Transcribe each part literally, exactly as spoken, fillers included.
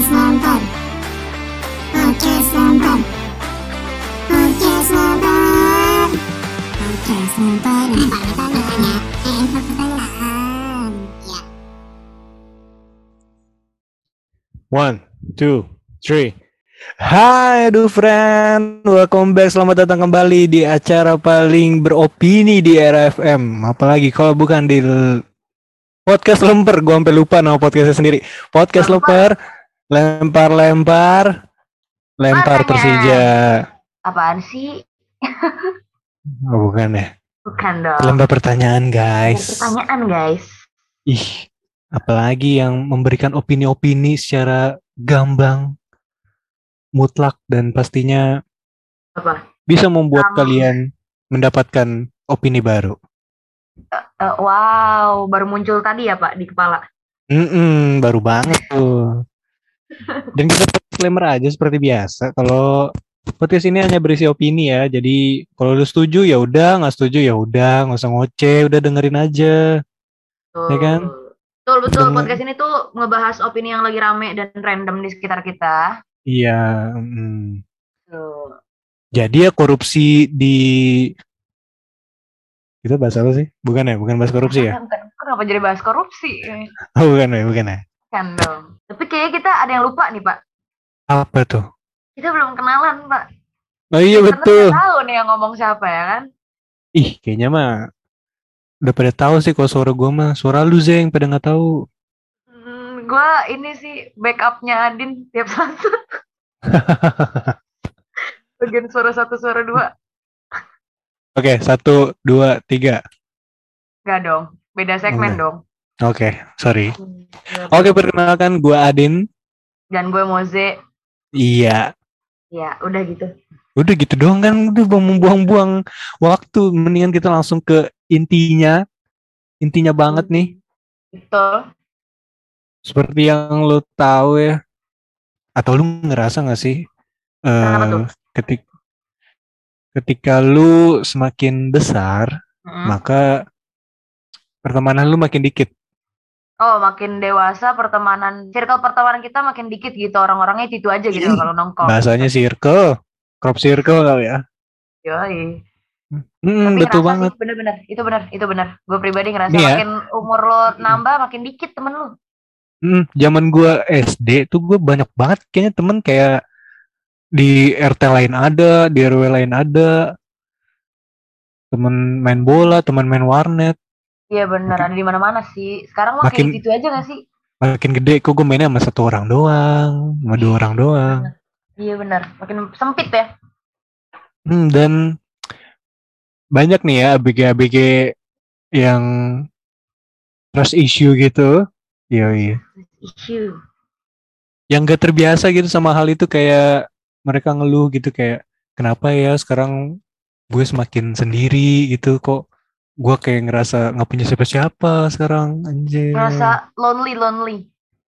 Podcast Nonton. Podcast Nonton. Podcast Nonton. Podcast Nonton. Pertanyaan. Eh, pertanyaan. Ya. One, two, three. Hai, aduh friend, welcome back, selamat datang kembali di acara paling beropini di Era F M. Apalagi kalau bukan di l- podcast lemper, gue sampai lupa nama podcastnya sendiri. Podcast lemper, lempar-lempar, lempar Pertanyaan. Persija. Apaan sih? Oh, bukan ya? Bukan dong. Lempar pertanyaan guys. Pertanyaan guys. Ih, apalagi yang memberikan opini-opini secara gamblang, mutlak, dan pastinya Apa? bisa membuat Um, kalian mendapatkan opini baru. Eh, wow, baru muncul tadi ya Pak di kepala. Mm-mm, baru banget tuh. Dan kita disclaimer aja seperti biasa. Kalau podcast ini hanya berisi opini ya. Jadi kalau lu setuju ya udah, nggak setuju ya udah, nggak usah ngoceh, udah dengerin aja. Betul. Ya kan? Betul betul. Dengan- Podcast ini tuh ngebahas opini yang lagi rame dan random di sekitar kita. Iya. mm. Tuh. Jadi ya korupsi di kita bahas apa sih? Bukan ya, bukan bahas korupsi ya? Bukan. Kenapa jadi bahas korupsi? Oh, bukan ya, bukan ya. Kan dong. Tapi kayaknya kita ada yang lupa nih Pak. Apa tuh? Kita belum kenalan Pak. Oh iya Kita betul. nggak tahu nih yang ngomong siapa ya kan? Ih, kayaknya mah udah pada tahu sih kalau suara gue mah. Suara lu Zeng pada nggak tahu. Hmm, gue ini sih backupnya Adin tiap Selasa. Bagian suara satu suara dua. Oke, satu, dua, tiga. Enggak dong. Beda segmen Enggak. dong. Oke, sorry. Hmm, Oke, perkenalkan gue Adin. Dan gue Moze. Iya. Ya, udah gitu. Udah gitu doang kan, udah membuang-buang waktu. Mendingan kita langsung ke intinya. Intinya banget nih. Betul. Seperti yang lo tahu ya. Atau lu ngerasa gak sih? Kenapa tuh? eh ketik, ketika lu semakin besar, Mm-mm. maka pertemanan lu makin dikit. Oh, makin dewasa pertemanan, circle pertemanan kita makin dikit gitu. Orang-orangnya itu aja gitu Hmm. kalau nongkrong. Bahasanya circle. Crop circle kali ya. Yoi. Hmm, Tapi betul ngerasa banget. sih, bener-bener. Itu bener, itu bener. Gue pribadi ngerasa Nih ya. makin umur lo nambah, makin dikit temen lo. Hmm, zaman gua S D tuh gue banyak banget kayaknya temen, kayak di R T lain ada, di R W lain ada, temen main bola, temen main warnet. Iya bener, ada di mana-mana sih. Sekarang mah Makin- kayak gitu aja gak sih? Makin gede kok gue mainnya sama satu orang doang, sama dua orang doang. Iya bener, makin sempit ya. Hmm, dan banyak nih ya A B G-A B G yang trust issue gitu. Yoi. Issue. Yang gak terbiasa gitu sama hal itu, kayak mereka ngeluh gitu kayak, kenapa ya sekarang gue semakin sendiri gitu, kok gue kayak ngerasa nggak punya siapa-siapa sekarang, anjir. Ngerasa lonely lonely.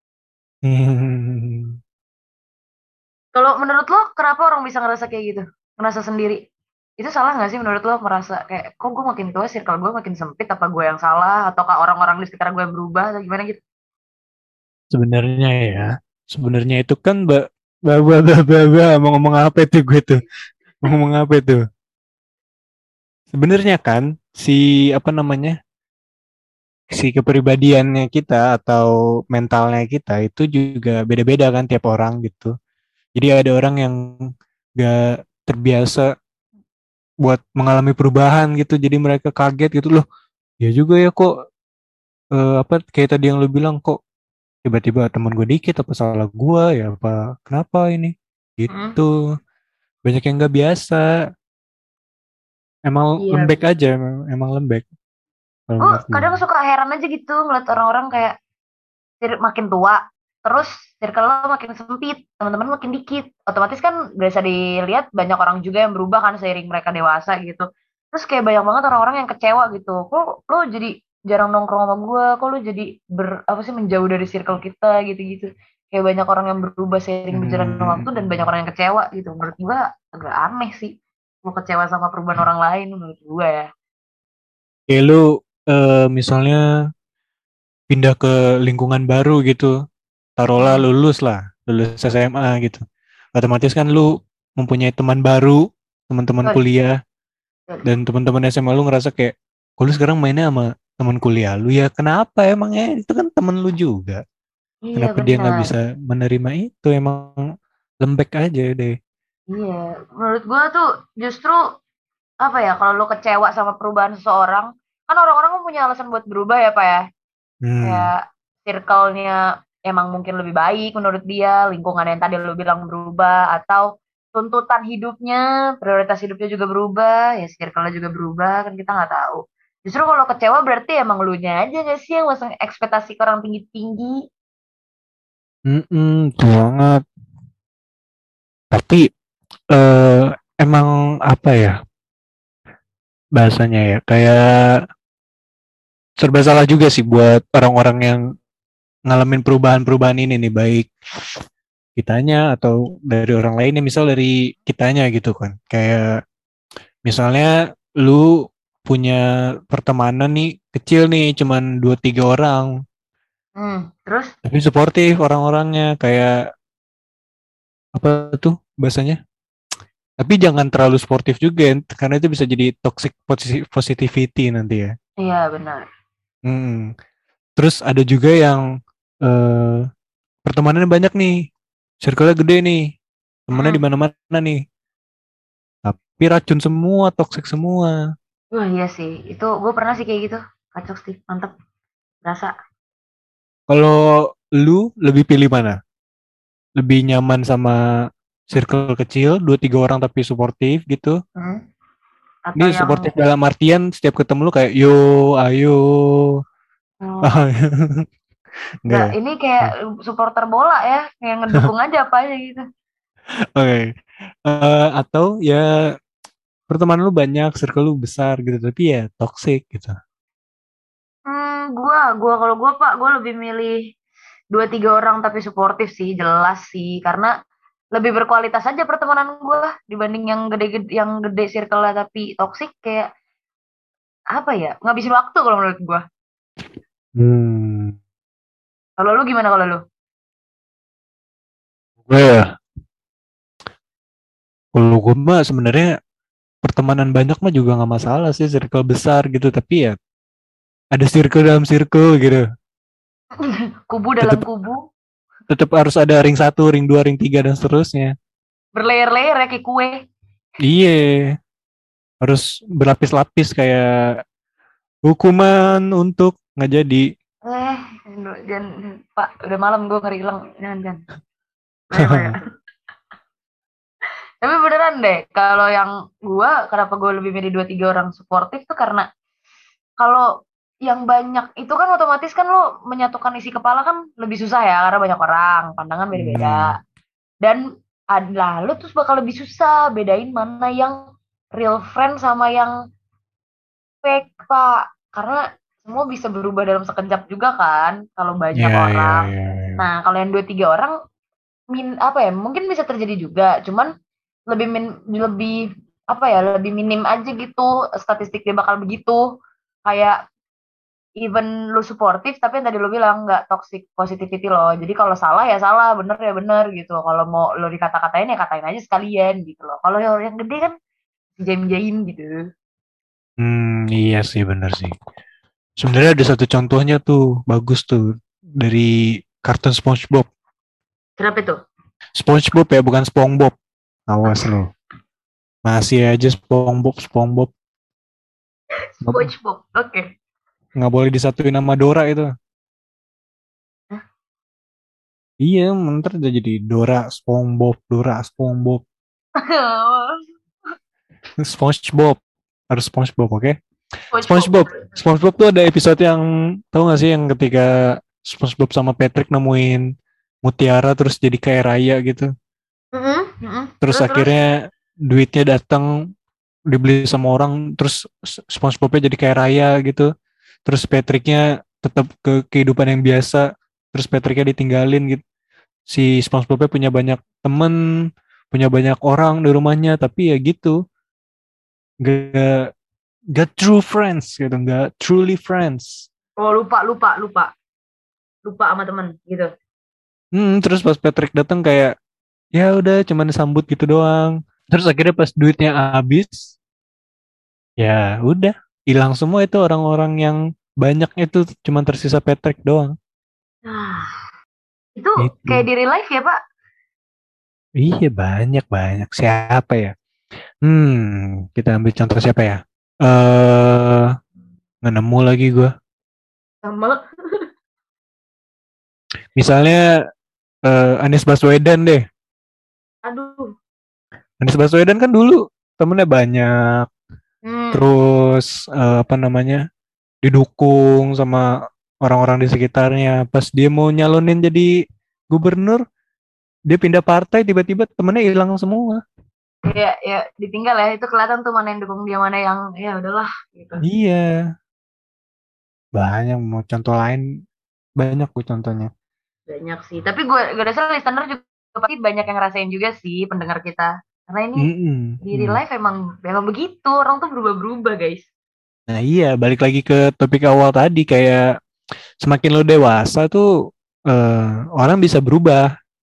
Hmm. Kalau menurut lo, kenapa orang bisa ngerasa kayak gitu? Ngerasa sendiri. Itu salah nggak sih menurut lo merasa kayak, kok gue makin tua, circle gue makin sempit, apa gue yang salah, ataukah orang-orang di sekitar gue yang berubah, atau gimana gitu? Sebenarnya ya, sebenarnya itu kan ba ba ba ba ba, ba. Mau ngomong apa itu gue tuh? Mau ngomong apa itu? Sebenarnya kan si apa namanya? Si kepribadiannya kita atau mentalnya kita itu juga beda-beda kan tiap orang gitu. Jadi ada orang yang gak terbiasa buat mengalami perubahan gitu, jadi mereka kaget gitu loh. Ya juga ya kok eh, apa kayak tadi yang lu bilang, kok tiba-tiba teman gue dikit, apa salah gue ya, apa kenapa ini gitu. Banyak yang nggak biasa, emang Iya. lembek aja, emang, emang lembek. Kalau Gue menurut gue. kadang suka heran aja gitu ngeliat orang-orang kayak cir- makin tua, terus circle lo makin sempit, teman-teman makin dikit. Otomatis kan bisa dilihat banyak orang juga yang berubah kan seiring mereka dewasa gitu. Terus kayak banyak banget orang-orang yang kecewa gitu. Kok lo jadi jarang nongkrong sama gue? Kok lo jadi ber apa sih menjauh dari circle kita gitu-gitu? Kayak banyak orang yang berubah seiring berjalannya Hmm. waktu dan banyak orang yang kecewa gitu. Menurut gue agak aneh sih. Mau kecewa sama perubahan orang lain menurut gue ya. Kayak lu eh, misalnya pindah ke lingkungan baru gitu, taruhlah Hmm. lulus lah, lulus S M A gitu. Otomatis kan lu mempunyai teman baru, teman-teman Betul, kuliah, betul. dan teman-teman S M A lu ngerasa kayak, kok lu sekarang mainnya sama teman kuliah lu ya? Kenapa emangnya? Itu kan temen lu juga. Iya Kenapa dia nggak benar. bisa menerima itu? Emang lembek aja deh. Iya, menurut gua tuh justru apa ya, kalau lu kecewa sama perubahan seseorang, kan orang-orang kan punya alasan buat berubah ya Pak ya. Hmm. Kayak circle-nya emang mungkin lebih baik menurut dia, lingkungan yang tadi lu bilang berubah, atau tuntutan hidupnya, prioritas hidupnya juga berubah, ya circle-nya juga berubah, kan kita nggak tahu. Justru kalau kecewa berarti emang lu nya aja gak sih yang masang ekspektasi ke orang tinggi-tinggi. Mm-mm, betul banget. Tapi eh, emang apa ya bahasanya ya? Kayak serba salah juga sih buat orang-orang yang ngalamin perubahan-perubahan ini nih, baik kitanya atau dari orang lainnya, misal dari kitanya gitu kan. Kayak misalnya lu punya pertemanan nih kecil nih, cuman dua tiga orang, Hmm, terus tapi suportif orang-orangnya, kayak apa tuh bahasanya? Tapi jangan terlalu sportif juga, karena itu bisa jadi toxic posi- positivity nanti ya. iya benar. Hmm. Terus ada juga yang eh, pertemanannya banyak nih, circle-nya gede nih, temennya di Hmm. mana-mana nih, tapi racun semua, toxic semua. Wah iya sih, itu gue pernah sih kayak gitu. Kacau sih, mantep, berasa. Kalau lu lebih pilih mana? Lebih nyaman sama circle kecil, dua tiga orang tapi suportif gitu? Hmm. Ini Atau yang suportif dalam artian setiap ketemu lu kayak yo, ayo. oh, Enggak nggak, ya? ini kayak supporter bola ya, yang ngedukung aja apa aja gitu. Oke. Eh, atau ya pertemanan lu banyak, circle lu besar gitu, tapi ya toxic gitu. Hmm, gua, gua kalau gua Pak, gua lebih milih dua tiga orang tapi suportif sih, jelas sih, karena lebih berkualitas aja pertemanan gua dibanding yang gede-gede, yang gede circle tapi toksik, kayak apa ya, ngabisin waktu kalau menurut gua. Hmm. Kalau lu gimana kalau lu? Gue ya, kalau gue mah sebenarnya pertemanan banyak mah juga nggak masalah sih, circle besar gitu, tapi ya ada circle dalam circle gitu. Kubu dalam Tetap kubu, tetap harus ada ring satu, ring dua, ring tiga dan seterusnya. berlayer-layer ya kayak kue. Iya, harus berlapis-lapis kayak hukuman untuk nggak jadi. Eh, jangan Pak, udah malam gua ngeri hilang, jangan jangan. Bahaya, bahaya. Tapi beneran deh, kalau yang gua, kenapa gue lebih milih dua tiga orang suportif tuh karena kalau yang banyak itu kan otomatis kan lo menyatukan isi kepala kan lebih susah ya karena banyak orang, pandangan Hmm. beda-beda. Dan adalah lo terus bakal lebih susah bedain mana yang real friend sama yang fake, Pak. Karena semua bisa berubah dalam sekejap juga kan kalau banyak Ya, ya, orang. ya, ya. Nah, kalau yang dua tiga orang min apa ya? Mungkin bisa terjadi juga, cuman lebih min, lebih apa ya? Lebih minim aja gitu statistik dia bakal begitu. Kayak even lu suportif tapi yang tadi lu bilang nggak toxic positivity loh, jadi kalau salah ya salah, bener ya bener gitu, kalau mau lo dikata-katain ya katain aja sekalian gitu loh, kalau yang yang gede kan dijaim-jaim gitu. Hmm, iya sih, bener sih. Sebenarnya ada satu contohnya tuh, bagus tuh, dari kartun SpongeBob. Kenapa itu? SpongeBob ya, bukan SpongeBob. Awas lo. Masih aja SpongeBob, SpongeBob. Nggak SpongeBob, oke. nggak boleh disatuin nama Dora itu. Iya, ntar udah jadi Dora, SpongeBob, Dora, SpongeBob, SpongeBob. Harus SpongeBob, oke? SpongeBob. SpongeBob. SpongeBob tuh ada episode yang tahu nggak sih, yang ketika SpongeBob sama Patrick nemuin mutiara terus jadi kaya raya gitu. Mm-mm, mm-mm. Terus Terus terus. akhirnya duitnya datang, dibeli sama orang, terus SpongeBobnya jadi kaya raya gitu. Terus Patricknya tetap ke kehidupan yang biasa. Terus Patricknya ditinggalin gitu. Si SpongeBobnya punya banyak temen, punya banyak orang di rumahnya, tapi ya gitu, gak gak true friends gitu, gak truly friends. Oh lupa lupa lupa lupa sama temen gitu. Hmm, terus pas Patrick datang kayak ya udah cuman disambut gitu doang. Terus akhirnya pas duitnya habis, ya udah hilang semua itu orang-orang yang banyak itu cuman tersisa Patrick doang. Nah, itu kayak Itu. di real life ya, Pak? Iya banyak banyak. Siapa ya? Hmm, kita ambil contoh siapa ya? Eh, nggak nemu lagi gue. Sama. Misalnya eh, Anies Baswedan deh. Aduh. Anies Baswedan kan dulu temennya banyak. Hmm. Terus eh, apa namanya? Didukung sama orang-orang di sekitarnya. Pas dia mau nyalonin jadi gubernur, dia pindah partai tiba-tiba temennya hilang semua. Ya, ya ditinggal ya. Itu kelihatan tuh mana yang dukung dia, mana yang ya udahlah gitu. Iya, banyak mau contoh lain banyak gue contohnya. Banyak sih. Tapi gue gue rasa listener juga pasti banyak yang ngerasain juga sih pendengar kita. Karena ini Mm-mm, di real mm. life emang memang begitu. Orang tuh berubah-berubah, guys. Nah iya, balik lagi ke topik awal tadi kayak semakin lo dewasa tuh eh, orang bisa berubah,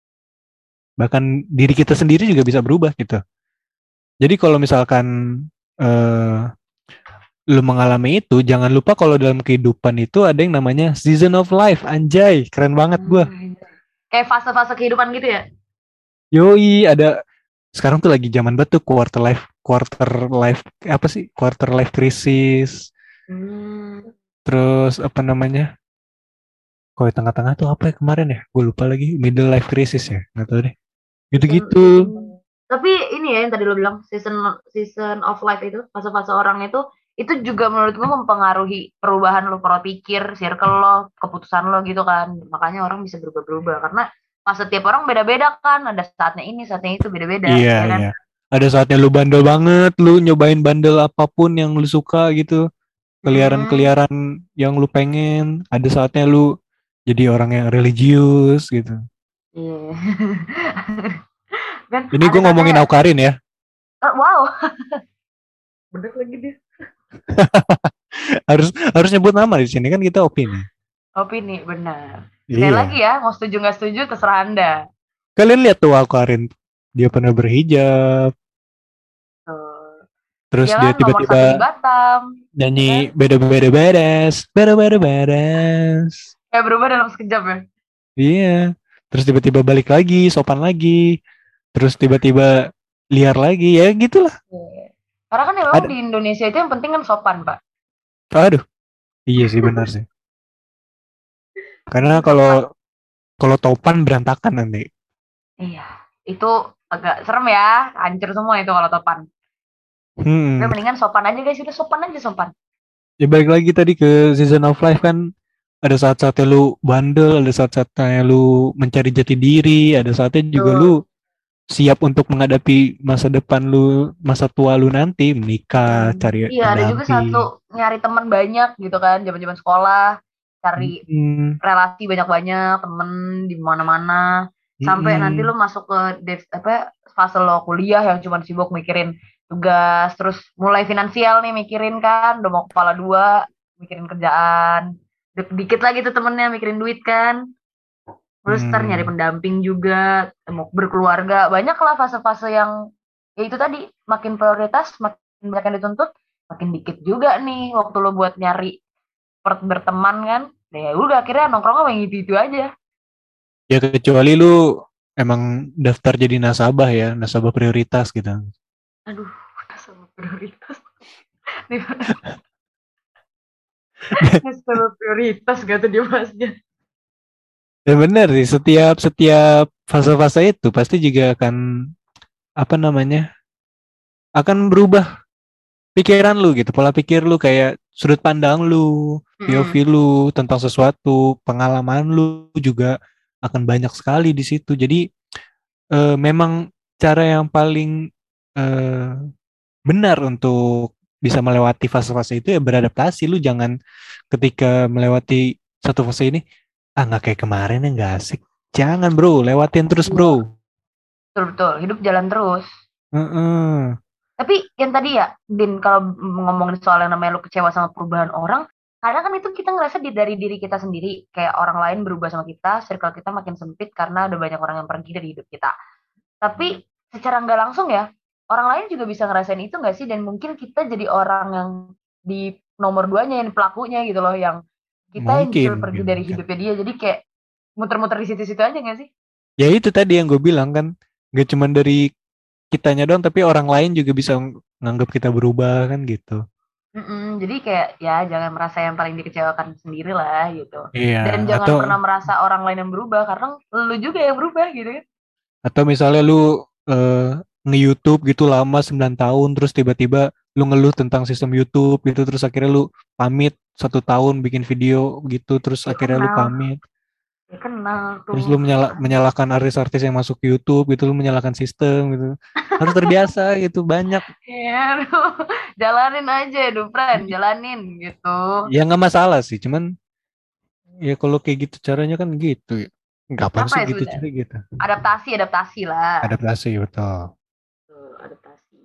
bahkan diri kita sendiri juga bisa berubah gitu. Jadi kalau misalkan eh, lo mengalami itu, jangan lupa kalau dalam kehidupan itu ada yang namanya season of life. Anjay, keren banget gua. Hmm. Kayak fase-fase kehidupan gitu ya. Yoi, ada sekarang tuh lagi zaman banget tuh quarter life, quarter life apa sih? Quarter life crisis. Hmm. Terus apa namanya? Kalau di tengah-tengah tuh apa ya kemarin ya? Gue lupa lagi. Middle life crisis ya, nggak tahu deh. Season, Gitu-gitu. season. Tapi ini ya yang tadi lo bilang season season of life itu fase-fase orang itu itu juga menurut gue mempengaruhi perubahan lo pola pikir, circle lo, keputusan lo gitu kan. Makanya orang bisa berubah-berubah karena pas setiap orang beda-beda kan. Ada saatnya ini, saatnya itu beda-beda, Iya, ya kan? iya. Ada saatnya lu bandel banget, lu nyobain bandel apapun yang lu suka gitu. Mm-mm. Keliaran-keliaran yang lu pengen. Ada saatnya lu jadi orang yang religius gitu. Iya. Kan Ini ada gue ngomongin saatnya, Aukarin ya. eh, wow, bener lagi dia. Harus harus nyebut nama di sini kan kita opini. Opini, benar. Sekali lagi Iya. ya, mau setuju nggak setuju terserah Anda. Kalian lihat tuh Aukarin. Dia pernah berhijab. Tuh. Terus Dia dia kan nomor satu di tiba-tiba Batam, ya nyanyi kan? beda-beda beres. Beda-beda beres. Kayak berubah dalam sekejap ya. Iya. Terus tiba-tiba balik lagi, sopan lagi. Terus tiba-tiba liar lagi. Ya gitulah. Iya. Karena kan memang Ada. di Indonesia itu yang penting kan sopan, Pak. Aduh. Iya sih benar sih. Karena Penting kalau sopan. kalau topan berantakan nanti. Iya, itu agak serem ya. Hancur semua itu kalau topan. Udah Hmm. mendingan sopan aja guys, udah sopan aja sopan. Ya balik lagi tadi ke season of life kan ada saat-saatnya lu bandel, ada saat-saatnya lu mencari jati diri, ada saatnya juga Tuh. lu siap untuk menghadapi masa depan lu, masa tua lu nanti, menikah, Hmm. cari Iya, ada juga pendamping. satu nyari teman banyak gitu kan, zaman-zaman sekolah, cari Mm-mm, relasi banyak-banyak, temen di mana-mana, sampai nanti lo mm-mm, masuk ke dev- apa fase lo kuliah yang cuma sibuk mikirin tugas, terus mulai finansial nih mikirin kan, udah mau kepala dua, mikirin kerjaan, Dek- dikit lagi tuh temennya mikirin duit kan, terus ntar nyari mm. pendamping juga, mau berkeluarga, banyak lah fase-fase yang ya itu tadi makin prioritas, makin banyak yang dituntut, makin dikit juga nih waktu lo buat nyari per- berteman kan. Ya udah akhirnya nongkrong sama yang itu-itu aja. Ya kecuali lu emang daftar jadi nasabah ya, nasabah prioritas gitu. Aduh, udah sama prioritas. Ini sama prioritas gak tuh dia masnya. Dan benar sih, setiap setiap fase-fase itu pasti juga akan apa namanya akan berubah pikiran lu gitu, pola pikir lu kayak sudut pandang lu, P O V Mm-mm. lu tentang sesuatu, pengalaman lu juga akan banyak sekali di situ. Jadi eh, memang cara yang paling eh, benar untuk bisa melewati fase-fase itu ya beradaptasi. Lu jangan ketika melewati satu fase ini, ah nggak kayak kemarin ya nggak asik. Jangan bro, lewatin terus Iya, bro. betul-betul. Hidup jalan terus. Heeh. Tapi yang tadi ya, Din, kalau ngomongin soal yang namanya lu kecewa sama perubahan orang, Karena kan itu kita ngerasa di, dari diri kita sendiri, kayak orang lain berubah sama kita, circle kita makin sempit karena ada banyak orang yang pergi dari hidup kita. Tapi secara nggak langsung ya, orang lain juga bisa ngerasain itu nggak sih? Dan mungkin kita jadi orang yang di nomor duanya, yang pelakunya gitu loh, yang kita yang Mungkin, justru pergi mungkin, dari mungkin. hidupnya dia. Jadi kayak muter-muter di situ-situ aja nggak sih? Ya itu tadi yang gue bilang kan, gak cuma dari kitanya doang, tapi orang lain juga bisa ng- nganggap kita berubah kan gitu. Mm-mm, jadi kayak ya jangan merasa yang paling dikecewakan sendiri lah gitu. Iya, Dan jangan atau pernah merasa orang lain yang berubah karena lu juga yang berubah gitu kan. atau misalnya lu eh, nge-YouTube gitu lama sembilan tahun, terus tiba-tiba lu ngeluh tentang sistem YouTube gitu, terus akhirnya lu pamit satu tahun bikin video gitu, terus Ya akhirnya lu kenal, pamit. ya kenal Terus tuh. lu menyala, Makanya. menyalahkan artis-artis yang masuk ke YouTube gitu, lu menyalahkan sistem gitu. Harus terbiasa gitu, banyak. Ya, aduh. Jalanin aja, aduh, friend, jalanin gitu. Ya nggak masalah sih, cuman ya kalau kayak gitu caranya kan gitu ya. Gampang Apa sih ya gitu sebenarnya? cara gitu. Adaptasi, adaptasi lah. Adaptasi betul. Tuh, adaptasi.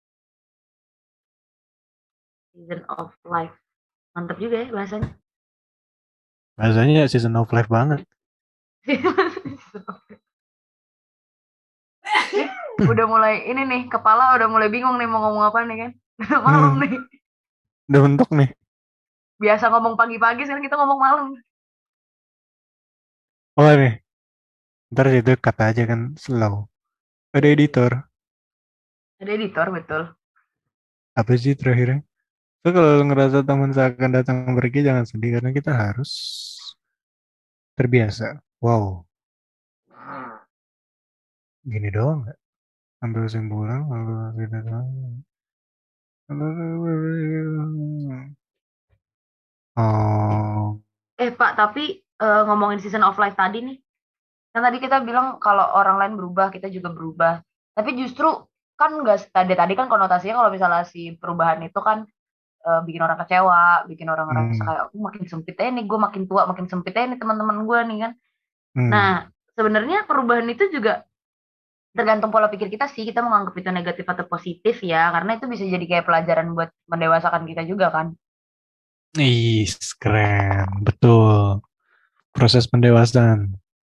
Season of life. Mantap juga ya bahasanya. Bahasanya season of life banget. Nih, udah mulai ini nih, kepala udah mulai bingung nih mau ngomong apa nih kan. Malam Hmm, nih. udah mentok nih. Biasa ngomong pagi-pagi, sekarang kita ngomong malam. Oh nih, ntar itu kata aja kan slow. Ada editor. Ada editor, betul. Apa sih terakhirnya? So, kalau lu ngerasa teman seakan datang pergi jangan sedih karena kita harus terbiasa. Wow, gini doang nggak? Ambil kesimpulan, ambil kita Oh, Eh Pak, tapi eh, ngomongin season of life tadi nih, kan tadi kita bilang kalau orang lain berubah, kita juga berubah. Tapi justru kan nggak tadi tadi kan konotasinya kalau misalnya si perubahan itu kan eh, bikin orang kecewa, bikin orang ngerasa hmm, kayak aku makin sempit aja nih, gue makin tua makin sempit aja nih teman-teman gue nih kan. Nah, hmm. sebenarnya perubahan itu juga tergantung pola pikir kita sih, kita menganggap itu negatif atau positif ya, karena itu bisa jadi kayak pelajaran buat mendewasakan kita juga kan. Ih, keren, betul. Proses pendewasaan.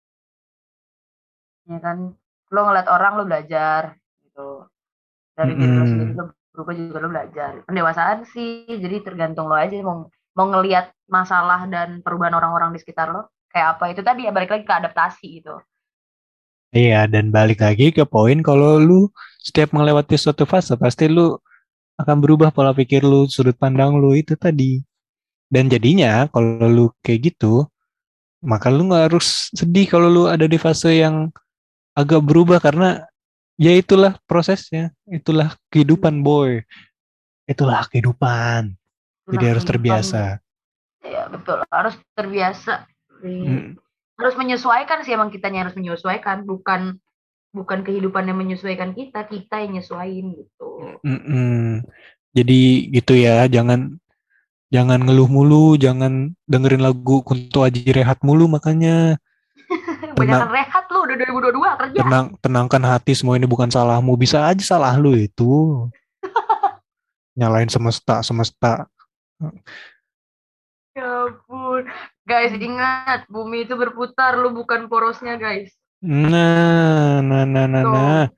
Ya kan, lo ngeliat orang lo belajar gitu. Dari diri lo sendiri Mm-mm. lo berubah juga lo belajar. Pendewasaan sih, jadi tergantung lo aja mau mau ngelihat masalah dan perubahan orang-orang di sekitar lo kayak apa. Itu tadi ya balik lagi ke adaptasi gitu. Iya, dan balik lagi ke poin kalau lu setiap melewati suatu fase pasti lu akan berubah pola pikir lu, sudut pandang lu itu tadi. Dan jadinya kalau lu kayak gitu, maka lu nggak harus sedih kalau lu ada di fase yang agak berubah karena ya itulah prosesnya, itulah kehidupan boy, itulah kehidupan. Jadi Itulah harus kehidupan. terbiasa. Ya betul, harus terbiasa. Di- Mm, Harus menyesuaikan sih, emang kitanya harus menyesuaikan, bukan bukan kehidupan yang menyesuaikan kita, kita yang nyesuaiin gitu. mm-mm. Jadi gitu ya, jangan jangan ngeluh mulu, jangan dengerin lagu Kunto Aji Rehat mulu makanya Banyakan tenang rehat lu udah dua ribu dua puluh dua kerja. tenang tenangkan hati semua ini bukan salahmu. Bisa aja salah lu itu. Nyalain semesta, semesta. Ya ampun. Guys, ingat, bumi itu berputar, lu bukan porosnya, guys. Nah, nah, nah, nah, nah. Tuh,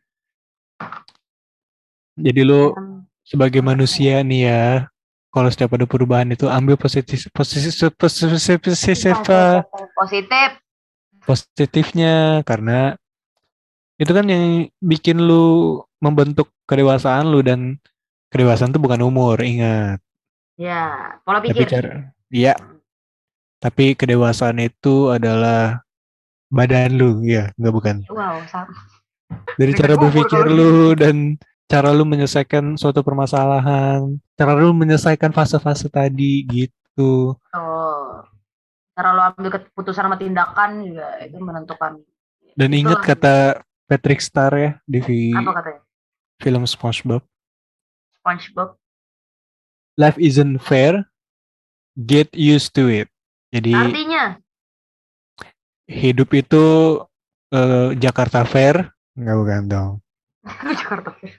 Jadi lu jangan sebagai jangan manusia nih ya, kalau setiap ada perubahan itu ambil positif, positif, positif, positif, positif. positifnya karena itu kan yang bikin lu membentuk kedewasaan lu dan kedewasaan itu bukan umur, ingat. Ya, pola Tapi pikir. cara, ya, tapi kedewasaan itu adalah badan lu, ya, nggak bukan. Wow, sama. Dari cara Deket umur berpikir kalau gitu. lu dan cara lu menyelesaikan suatu permasalahan, cara lu menyelesaikan fase-fase tadi gitu. Tuh, cara lo ambil keputusan sama tindakan juga itu menentukan. Dan ingat Itulah kata Patrick Star ya di apa fi- katanya? film SpongeBob, SpongeBob. life isn't fair, get used to it. Jadi Artinya, hidup itu eh, Jakarta Fair, nggak bukan dong. Jakarta Fair.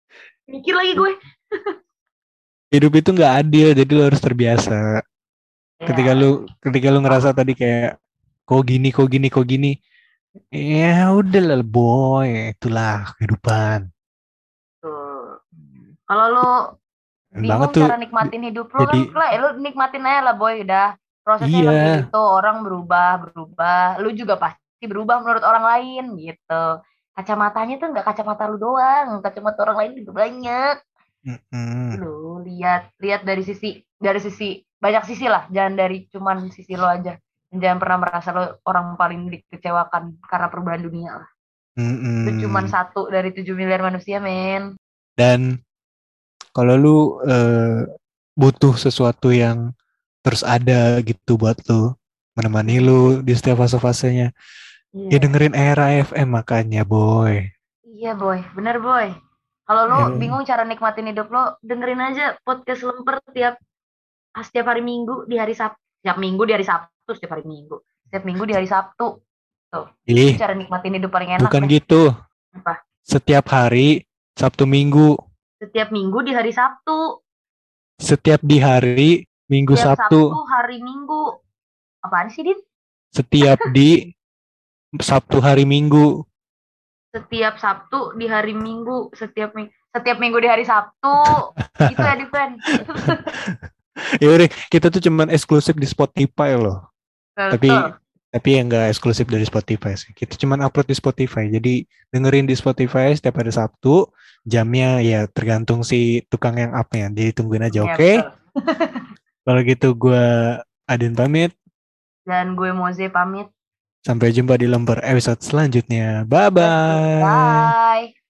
Mikir lagi gue. Hidup itu nggak adil, jadi lo harus terbiasa. ketika Ya, lu ketika lu ngerasa tadi kayak kok gini kok gini kok gini, ya udah lah boy, itulah kehidupan. tuh. Kalau lu Keren banget bingung tuh. cara nikmatin hidup lu kan, Jadi lah lu nikmatin aja lah boy, udah. Prosesnya emang kayak iya. gitu, orang berubah, berubah. Lu juga pasti berubah menurut orang lain gitu. Kacamatanya tuh nggak kacamata lu doang, kacamata orang lain juga banyak. Mm-mm. Lu lihat lihat dari sisi dari sisi banyak sisi lah, jangan dari cuman sisi lo aja. Jangan pernah merasa lo orang paling dikecewakan karena perubahan dunia lah. Lu cuman Mm-mm. satu dari tujuh miliar manusia, men. Dan kalau lu eh, butuh sesuatu yang terus ada gitu buat lu, menemani Hmm, lu di setiap fase-fasenya, ya iya. dengerin Era F M makanya boy. Iya, boy. Bener, boy. Kalau lo Ya, bingung cara nikmatin hidup lo, dengerin aja podcast Lemper tiap setiap hari Minggu di hari Sabtu. Setiap Minggu di hari Sabtu, setiap hari Minggu. Setiap Minggu di hari Sabtu. Tuh. Itu ih, cara nikmatin hidup paling enak bukan dah. gitu. Apa? Setiap hari Sabtu Minggu, Setiap Minggu di hari Sabtu. setiap di hari Minggu Setiap Sabtu Sabtu, hari Minggu. Apaan sih, Dit? setiap di Sabtu hari Minggu. Setiap Sabtu di hari Minggu. Setiap minggu. Setiap Minggu di hari Sabtu. Gitu ya, Diven. Ya udah, kita tuh cuman eksklusif di Spotify loh. Tapi Betul. tapi yang enggak eksklusif dari Spotify sih. Kita cuman upload di Spotify. Jadi dengerin di Spotify setiap hari Sabtu. Jamnya ya tergantung si tukang yang up-nya. Jadi tungguin aja, Ya, oke? betul. Kalau gitu gue Adin pamit. Dan gue Moze pamit. Sampai jumpa di lembar episode selanjutnya. Betul. Bye-bye. Bye.